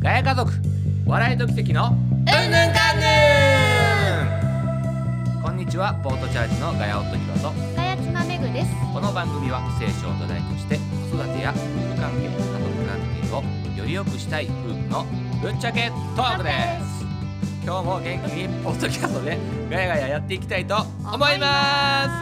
ガヤ家族笑いと奇跡のうんぬんかんぬん。こんにちは、ポートチャージのガヤ夫ひろとガヤ妻めぐです。 この番組は聖書を土台として子育てや夫婦関係、家族関係をより良くしたい夫婦のぶっちゃけトークです。今日も元気にポッドキャストでガヤガヤやっていきたいと思います。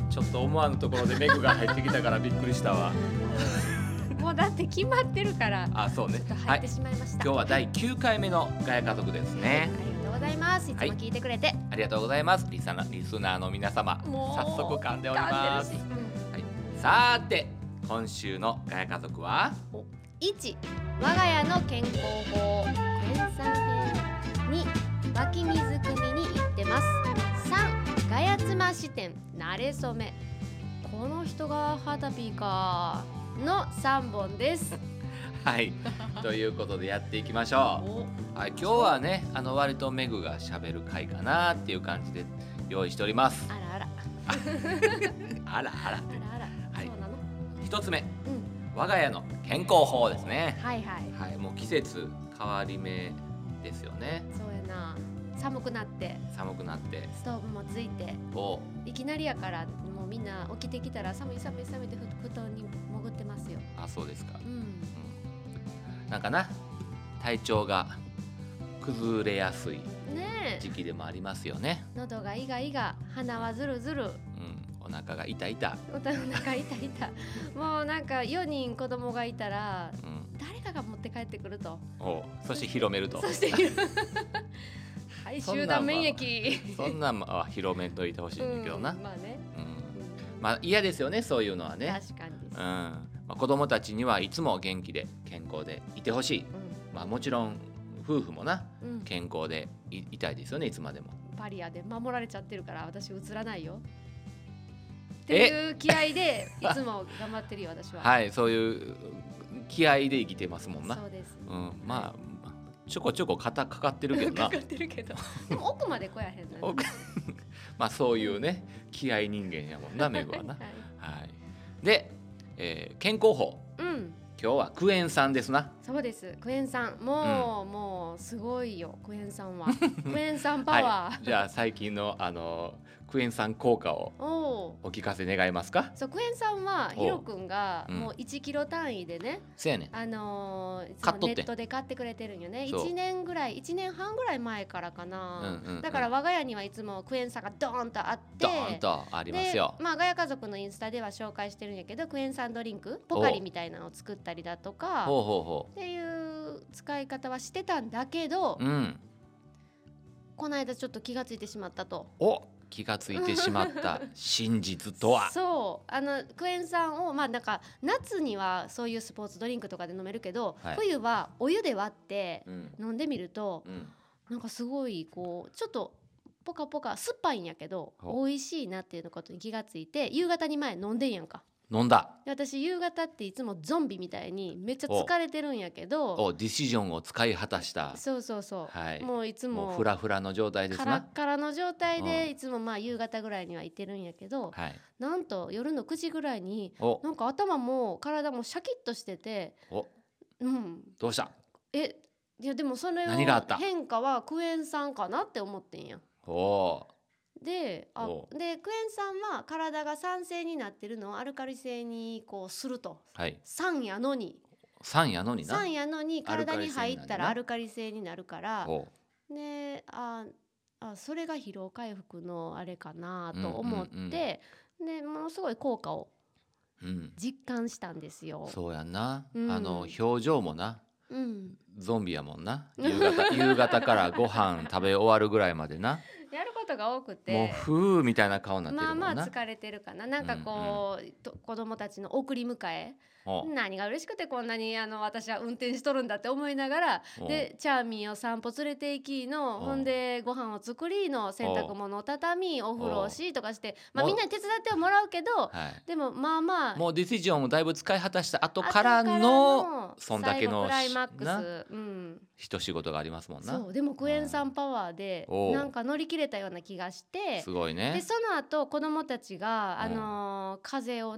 ちょっと思わぬところでメグが入ってきたからびっくりしたわもうだって決まってるからあ、そうね。 ちょっと入ってしまいました、 今日は第9回目のガヤ家族ですね。 ありがとうございます。いつも聞いてくれて、 ありがとうございます。リスナーの皆様、 もう早速噛んでおります。 噛んでるし、 はい、さーて今週のガヤ家族は 1、我が家の健康法クエン酸編。2、湧き水汲みに行ってます。3、ガヤ妻視点慣れ初め、この人が肌ピーかの3本ですはいということでやっていきましょう。はい、今日はね割とメグが喋る回かなっていう感じで用意しております。 あらあらあらあら、 あらあら、 はい、 そうなの。 一つ目、 うん、 我が家の健康法ですね。 はいはい、 はい、もう季節変わり目ですよね。 そうやな。寒くなって寒くなってストーブもついていきなりやからもうみんな起きてきたら寒い寒い寒いで布団に潜ってますよ。 あ、そうですか。 うん、 なんかな、体調が崩れやすいね時期でもありますよね。 喉がイガイガ、鼻はズルズル、 うん、お腹が痛痛、 お腹痛痛もうなんか4人子供がいたら、 うん、 誰かが持って帰ってくると、 そして広めるとそしてはい集団免疫そんなんは広めといてほしいんだけどな、 まあね、 まあ嫌ですよね、そういうのはね。 確かにです、 まあ、子供たちにはいつも元気で健康でいてほしい、まあ、もちろん夫婦もな、健康で いたいですよね、いつまでも。 バリアで守られちゃってるから私映らないよっていう気合でいつも頑張ってるよ私ははい、そういう気合で生きてますもんな。 そうです、 まあちょこちょこかかってるけどなかかってるけどでも奥まで来やへんの、ね、 まあそういうね気合人間やもんなメグはなはい、で、健康法、今日はクエン酸ですな。 そうです、クエン酸もうすごいよ、クエン酸はクエン酸パワー、 はい、じゃあ最近のクエン酸効果をお聞かせ願えますか。 そう、クエン酸はヒロ君がもう1キロ単位でね、 そうやねん、 いつもネットで買ってくれてるんよね。1年半ぐらい前からかな、だから我が家にはいつもクエン酸がドーンとあって、 ドーンとありますよ。 で、まあ、ガヤ家族のインスタでは紹介してるんやけど、クエン酸ドリンクポカリみたいなのを作ったりだとかっていう使い方はしてたんだけど、この間ちょっと気がついてしまったと。 気がついてしまった真実とはそうクエン酸を、まあ、なんか夏にはそういうスポーツドリンクとかで飲めるけど、冬はお湯で割って飲んでみると、なんかすごいこうちょっとポカポカ酸っぱいんやけど美味しいなっていうことに気がついて、夕方に前飲んでんやんか。 飲んだ。 私夕方っていつもゾンビみたいにめっちゃ疲れてるんやけど、 ディシジョンを使い果たした、 そう、はい、もういつもフラフラの状態ですな。 カラッカラの状態でいつもまあ夕方ぐらいにはいてるんやけど、なんと夜の9時ぐらいになんか頭も体もシャキッとしてて、 どうした？ いやでもそれの変化はクエン酸かなって思ってんや。でクエン酸は体が酸性になってるのをアルカリ性にこうすると、酸やのに体に入ったらアルカリ性になるから、でそれが疲労回復のあれかなと思って、でものすごい効果を実感したんですよ。 そうやんな、表情もな、ゾンビやもんな。夕方からご飯食べ終わるぐらいまでなやることが多くて、 もうふーみたいな顔になってるもんな。 まあ疲れてるかな。なんかこう、子供たちの送り迎え、何が嬉しくてこんなに私は運転しとるんだって思いながら、でチャーミーを散歩連れて行きの、ほんでご飯を作りの、洗濯物を畳み、お風呂をしとかして、まあみんなに手伝ってはもらうけど、でもまあもうディシジョンをだいぶ使い果たした後からのそんだけのクライマックス、 一仕事がありますもんな。 そうでもクエン酸パワーでなんか乗り切れたような気がして、 すごいね。 でその後子供たちが風邪をね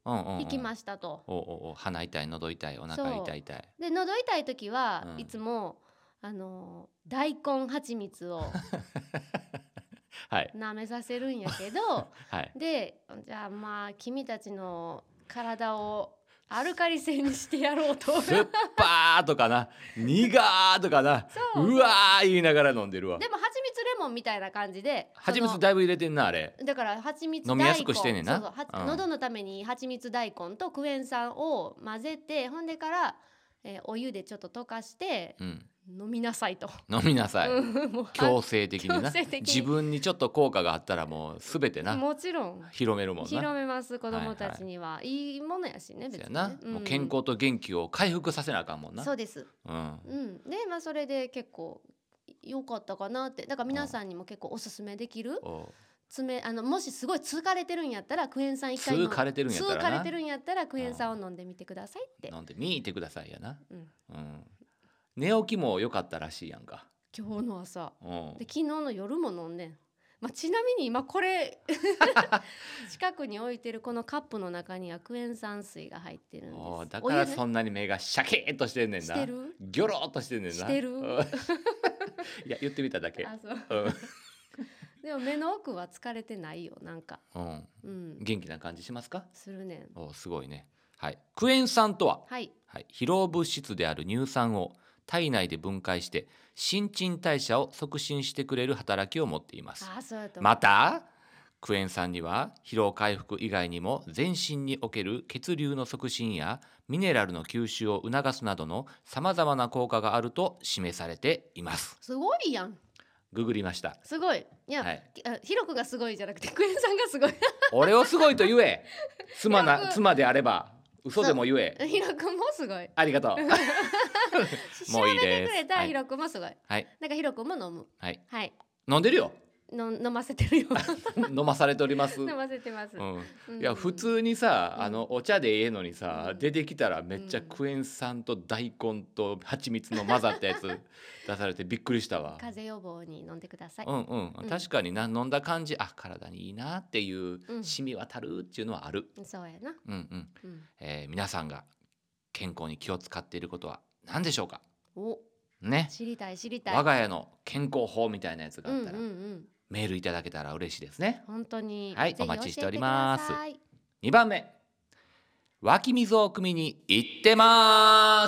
行きましたと。 鼻痛い、喉痛い、お腹痛い痛い。 で喉痛い時はいつも、大根蜂蜜をはい、 舐めさせるんやけど、 はい、 でじゃあまあ君たちの体をアルカリ性にしてやろうと酸っぱーとかな、苦ーとかな、うわー言いながら飲んでるわ。 でも蜂蜜レモンみたいな感じで、 蜂蜜だいぶ入れてんなあれ。 だから蜂蜜飲みやすくしてんねんな。 喉のために蜂蜜大根とクエン酸を混ぜて、ほんでから、お湯でちょっと溶かして、飲みなさいと。 飲みなさい。強制的にな。 強制的に自分にちょっと効果があったらもうすべてな。 もちろん広めるもんな。 広めます。子供たちにはいいものやしね、別にね。 もう健康と元気を回復させなあかんもんな。 そうです。でまあそれで結構良かったかなって。だから皆さんにも結構おすすめできる。もしすごい疲れてるんやったらクエン酸1回疲れてるんやったらクエン酸を飲んでみてくださいって。 飲んでみてくださいやな。寝起きも良かったらしいやんか、 今日の朝。で昨日の夜も飲んでん。ちなみに今これ近くに置いてるこのカップの中にはクエン酸水が入ってるんです。 だからそんなに目がシャキッとしてんねんな。 してる？ ギョロッとしてんねんな。 してる？ いや言ってみただけ。 あ、そう。でも目の奥は疲れてないよ、なんか。 元気な感じしますか？ するねん。 すごいね。はい。クエン酸とは、 疲労物質である乳酸を体内で分解して新陳代謝を促進してくれる働きを持っています。またクエン酸には疲労回復以外にも全身における血流の促進やミネラルの吸収を促すなどのさまざまな効果があると示されています。 すごいやん。 ググりました。 すごい。いや、ヒロクがすごいじゃなくてクエン酸がすごい。 俺をすごいと言え。妻であれば嘘でも言え。 ヒロクもすごい。 ありがとう。もういいです。 調べてくれたヒロクもすごい。 はい。 なんかヒロクも飲む。 はい。飲んでるよ。 飲ませてるよ。 飲まされております。 飲ませてます。 いや普通にさ、お茶でええのにさ、出てきたらめっちゃクエン酸と大根と蜂蜜の混ざったやつ出されてびっくりしたわ。 風邪予防に飲んでください。 確かにな、飲んだ感じ、体にいいなっていう染み渡るっていうのはある。 そうやな。 皆さんが健康に気を使っていることは何でしょうか。 ね。知りたい。 我が家の健康法みたいなやつがあったら。メールいただけたら嬉しいですね。 本当に。 はい、お待ちしております。2番目、湧き水を汲みに行ってます。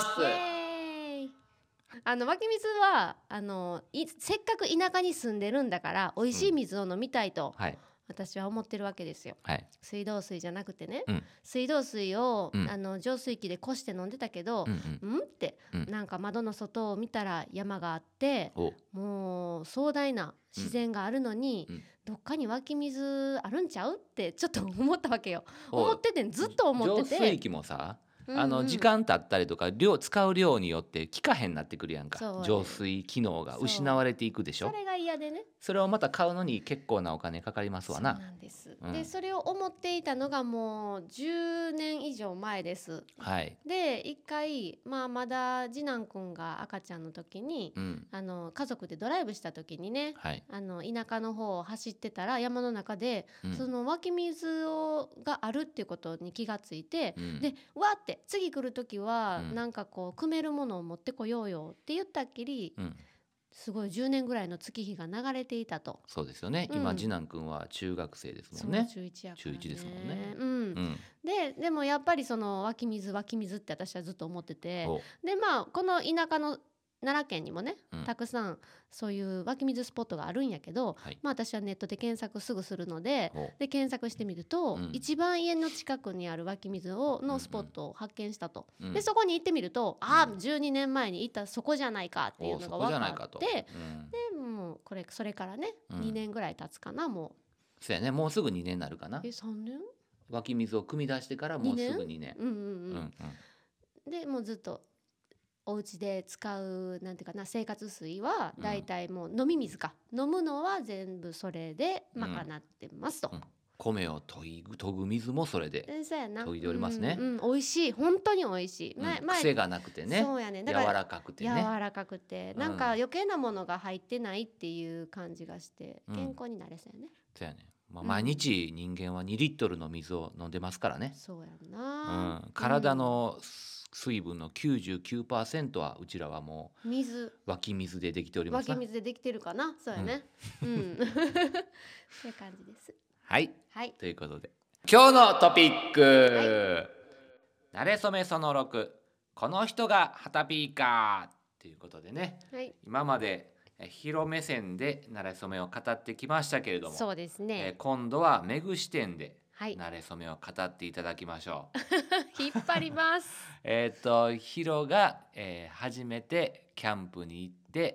湧き水はせっかく田舎に住んでるんだから美味しい水を飲みたいと、私は思ってるわけですよ。水道水じゃなくてね、水道水を、浄水器でこして飲んでたけど、って、なんか窓の外を見たら山があって、もう壮大な自然があるのに、どっかに湧き水あるんちゃうってちょっと思ったわけよ。思ってて、ずっと思ってて。 浄水器もさ、時間経ったりとか使う量によって効かへんなってくるやんか。浄水機能が失われていくでしょ。 それが嫌でね。 それをまた買うのに結構なお金かかりますわな。 そうなんです。でそれを思っていたのがもう10年以上前です。で一回、まだ次男くんが赤ちゃんの時に、家族でドライブした時にね、田舎の方を走ってたら山の中で、その湧き水があるっていうことに気がついて、でわって次来る時は、なんかこう汲めるものを持ってこようよって言ったっきり、すごい10年ぐらいの月日が流れていたと。 そうですよね。今次男くんは中学生ですもんね。 中1やからね。 中1ですもんね。でもやっぱりその湧き水って私はずっと思ってて、でこの田舎の奈良県にもね、たくさんそういう湧き水スポットがあるんやけど、私はネットで検索すぐするので、検索してみると、一番家の近くにある湧き水のスポットを発見したと。でそこに行ってみると、12年前に行ったそこじゃないかっていうのが分かって、でもうそれからね、2年ぐらい経つかな。もうそうやね。もうすぐ2年になるかな。 3年？ 湧き水を汲み出してからもうすぐ2年。 でもうずっとお家で使うなんていうかな、生活水はだいたいもう飲み水か、飲むのは全部それで賄ってますと。 米を研ぐ水もそれで研いでおりますね。 美味しい、本当に美味しい。 癖がなくてね。 そうやね。 柔らかくてね。 柔らかくて、なんか余計なものが入ってないっていう感じがして健康になれそうやね。 そうやね。 毎日人間は2リットルの水を飲んでますからね。 そうやんな、 体の水分の 99% はうちらはもう水、 湧き水でできておりますな。 湧き水でできてるかな。そうやね。そういう感じです。 はい、 はい。 ということで今日のトピック、なれそめその6、この人がはたぴーかということでね、今まで広目線でなれそめを語ってきましたけれども、 そうですね、 今度はめぐ視点でなれそめを語っていただきましょう。引っ張ります。 ヒロが、初めてキャンプに行って、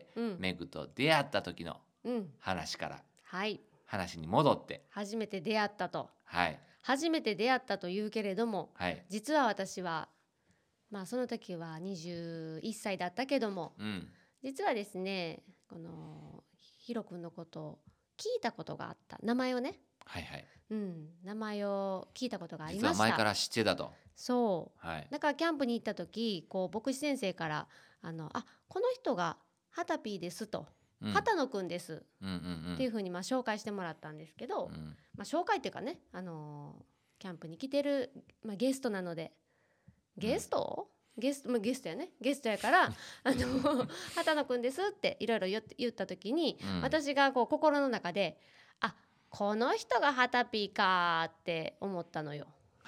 めぐと出会った時の話から、話に戻って初めて出会ったと、 はい初めて出会ったと言うけれども、実は私はその時は21歳だったけども、実はですね、このヒロ君のことを聞いたことがあった。名前をね、名前を聞いたことがありました。 実は前から知ってたと。 そう、だからキャンプに行った時、牧師先生からこの人がはたぴーですと、畑野くんです、っていうふうに紹介してもらったんですけど、紹介っていうかね、キャンプに来てる、ゲストなので、ゲストやね、ゲストやから畑野くんですっていろいろ言った時に、私が心の中でこの人がはたぴーかって思ったのよ。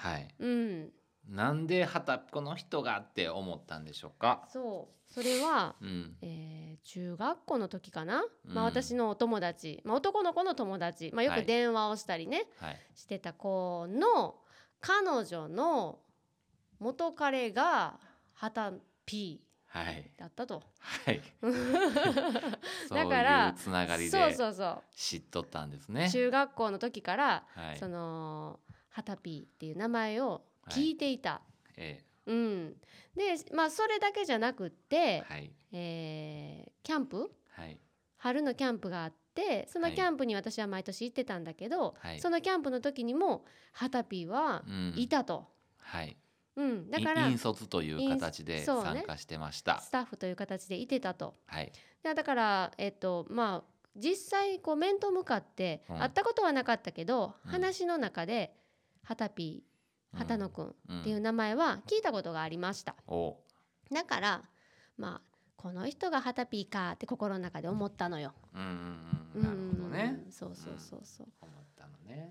なんでこの人がって思ったんでしょうか。 それは、中学校の時かな、私のお友達、男の子の友達、よく電話をしたりね、してた子の彼女の元彼がはたぴーだったと、だからそういうつながりで知っとったんですね。 中学校の時から、そのはたぴーっていう名前を聞いていた。でそれだけじゃなくって、キャンプ、春のキャンプがあって、そのキャンプに私は毎年行ってたんだけど、そのキャンプの時にもはたぴーはいたと。だから引率という形で参加してました。 スタッフという形でいてたと。だから実際面と向かって会ったことはなかったけど、話の中ではたぴー、畑野くんっていう名前は聞いたことがありました。だからこの人がはたぴーかって心の中で思ったのよ。 なるほどね。 そう思ったのね。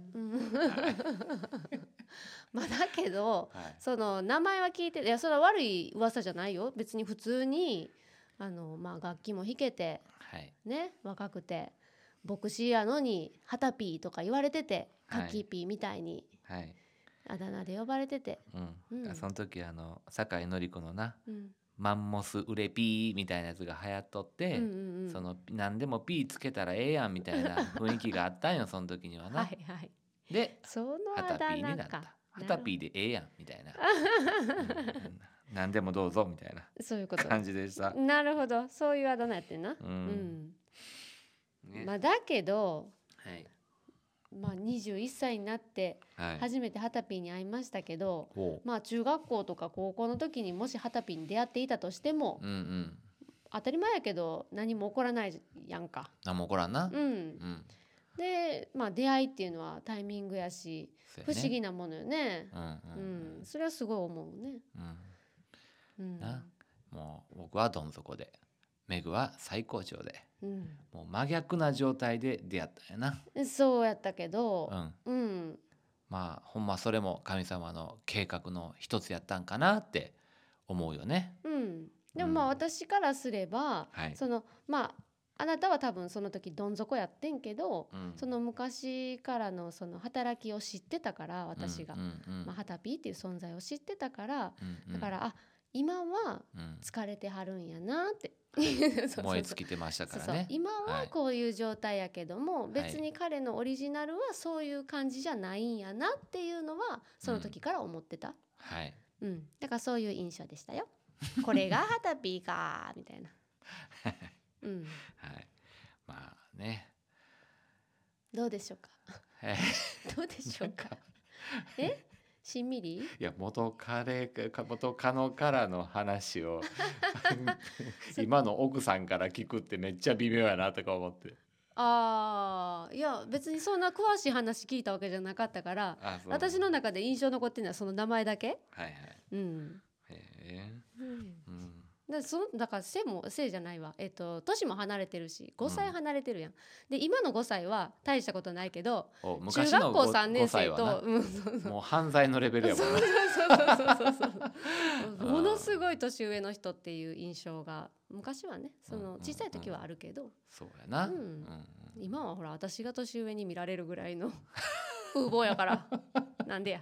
だけど、その名前は聞いて、いやそれは悪い噂じゃないよ。別に普通に楽器も弾けて、若くて牧師やのにはたぴーとか言われてて、カッキーピーみたいに、あだ名で呼ばれてて、 その時酒井紀子のな、マンモスウレピーみたいなやつが流行っとって、その何でもピーつけたらええやんみたいな雰囲気があったんよその時にはな。ではたぴーになった。はたぴーでええやんみたいな、何でもどうぞみたいな、そういう感じでした。 なるほど、そういうあだ名やってんな。だけど、21歳になって初めてはたぴーに会いましたけど、中学校とか高校の時にもしはたぴーに出会っていたとしても、当たり前やけど何も起こらないやんか。 何も起こらんな。 で出会いっていうのはタイミングやし、不思議なものよね。それはすごい思うね。 もう僕はどん底で、メグは最高潮で、もう真逆な状態で出会ったんやな。 そうやったけど、 ほんまそれも神様の計画の一つやったんかなって思うよね。 でも私からすれば、あなたは多分その時どん底やってんけど、その昔からのその働きを知ってたから、私がはたぴーっていう存在を知ってたから、だから今は疲れてはるんやなって燃え尽きてましたからね。 今はこういう状態やけども、別に彼のオリジナルはそういう感じじゃないんやなっていうのはその時から思ってた。だからそういう印象でしたよ。これがはたぴーかみたいな。どうでしょうか。どうでしょうか。しんみり？ いや、元カノからの話を今の奥さんから聞くってめっちゃ微妙やなとか思って。 いや別にそんな詳しい話聞いたわけじゃなかったから、私の中で印象残ってるのはその名前だけ。 はいはい。 うん。 へえ。 だから背じゃないわ、年も離れてるし5歳離れてるやん、で今の5歳は大したことないけど、中学校3年生ともう犯罪のレベルやもんね。 そうものすごい年上の人っていう印象が昔はね、その小さい時はあるけど、 そうやな、 今はほら私が年上に見られるぐらいの風貌やからなんでや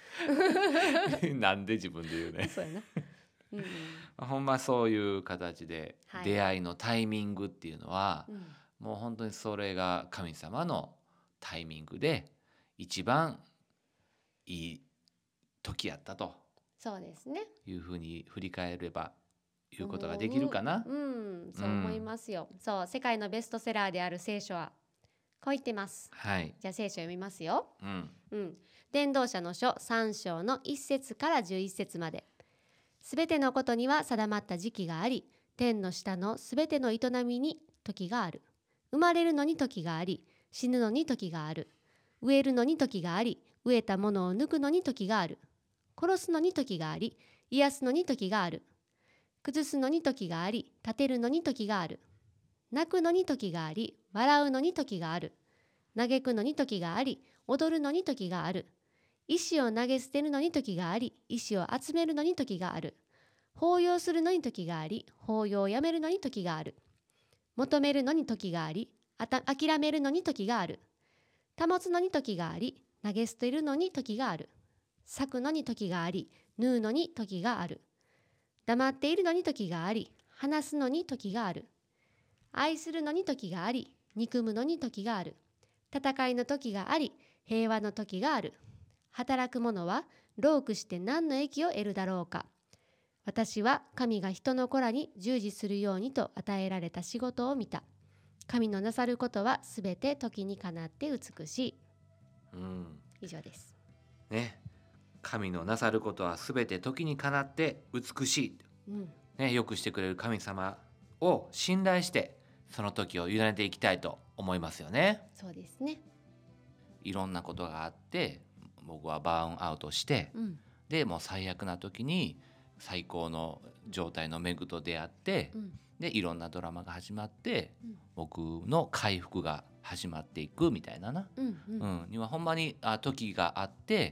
なんで自分で言うね。 そうやな。 ほんまそういう形で出会いのタイミングっていうのは、もう本当にそれが神様のタイミングで一番いい時やったと、 そうですね、 いうふうに振り返れば言うことができるかな。 そう思いますよ。そう世界のベストセラーである聖書はこう言ってます。じゃあ聖書読みますよ。伝道者の書3章の1節から11節まで。すべてのことには定まった時期があり、天の下のすべての営みに時がある。生まれるのに時があり、死ぬのに時がある。植えるのに時があり、植えたものを抜くのに時がある。殺すのに時があり、癒すのに時がある。崩すのに時があり、立てるのに時がある。泣くのに時があり、笑うのに時がある。嘆くのに時があり、踊るのに時がある。石を投げ捨てるのに時があり、石を集めるのに時がある。抱擁するのに時があり、抱擁をやめるのに時がある。求めるのに時があり、諦めるのに時がある。保つのに時があり、投げ捨てるのに時がある。裂くのに時があり、縫うのに時がある。黙っているのに時があり、話すのに時がある。愛するのに時があり、憎むのに時がある。戦いの時があり、平和の時がある。働く者は労苦して何の益を得るだろうか。私は神が人の子らに従事するようにと与えられた仕事を見た。神のなさることはすべて時にかなって美しい。以上です。 ね、神のなさることはすべて時にかなって美しい。よくしてくれる神様を信頼してその時を委ねていきたいと思いますよね。 そうですね。 いろんなことがあって僕はバーンアウトして、でもう最悪な時に最高の状態のメグと出会って、でいろんなドラマが始まって、僕の回復が始まっていくみたいなな、にはほんまに時があって、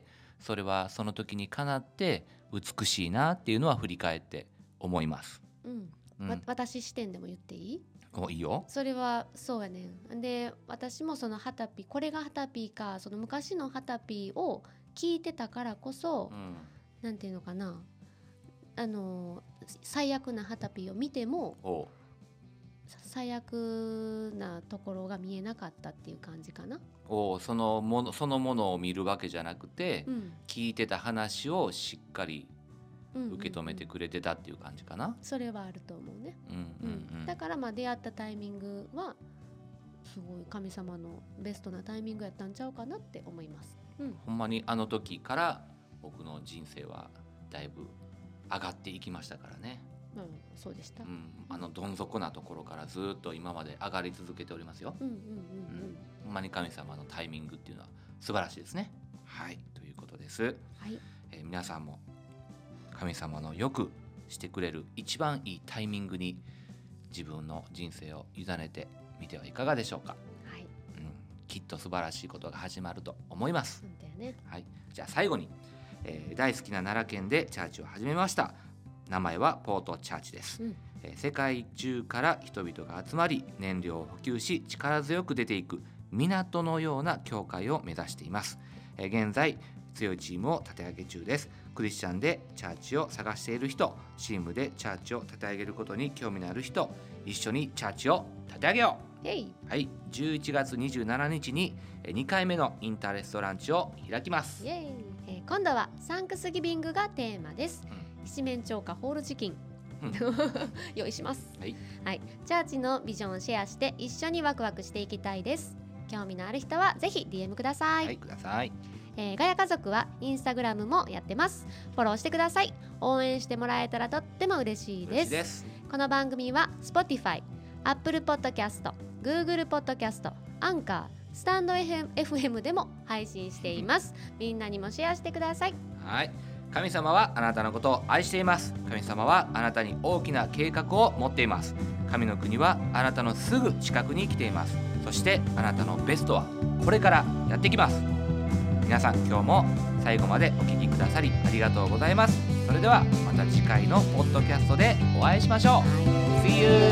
それはその時にかなって美しいなっていうのは振り返って思います。 私視点でも言っていい？ いいよ。 それはそうやねん。で私もそのハタピ、これがハタピか、その昔のハタピを聞いてたからこそ、なんていうのかな、最悪なハタピを見ても最悪なところが見えなかったっていう感じかな。 そのものを見るわけじゃなくて、聞いてた話をしっかり受け止めてくれてたっていう感じかな。 それはあると思うね。だから出会ったタイミングはすごい神様のベストなタイミングやったんちゃうかなって思います。 ほんまにあの時から僕の人生はだいぶ上がっていきましたからね。 そうでした。 どん底なところからずっと今まで上がり続けておりますよ。ほんまに神様のタイミングっていうのは素晴らしいですね。はい、ということです。皆さんも神様のよくしてくれる一番いいタイミングに自分の人生を委ねてみてはいかがでしょうか。きっと素晴らしいことが始まると思います。じゃあ最後に、大好きな奈良県でチャーチを始めました。名前はポートチャーチです。世界中から人々が集まり燃料を補給し力強く出ていく港のような教会を目指しています。現在強いチームを立て上げ中です。クリスチャンでチャーチを探している人、チームでチャーチを立て上げることに興味のある人、一緒にチャーチを立て上げよう。11月27日に2回目のインターレストランチを開きます。 今度はサンクスギビングがテーマです。七面鳥かホールチキン用意します。チャーチのビジョンをシェアして一緒にワクワクしていきたいです。興味のある人はぜひ DM ください。ガヤ家族はインスタグラムもやってます。フォローしてください。応援してもらえたらとっても嬉しいです。この番組は Spotify、Apple Podcast、 Google ポッドキャスト、アンカー、スタンド FM でも配信しています。みんなにもシェアしてください。 はい、神様はあなたのことを愛しています。神様はあなたに大きな計画を持っています。神の国はあなたのすぐ近くに来ています。そしてあなたのベストはこれからやってきます。皆さん、今日も最後までお聞きくださりありがとうございます。それではまた次回のポッドキャストでお会いしましょう。See you!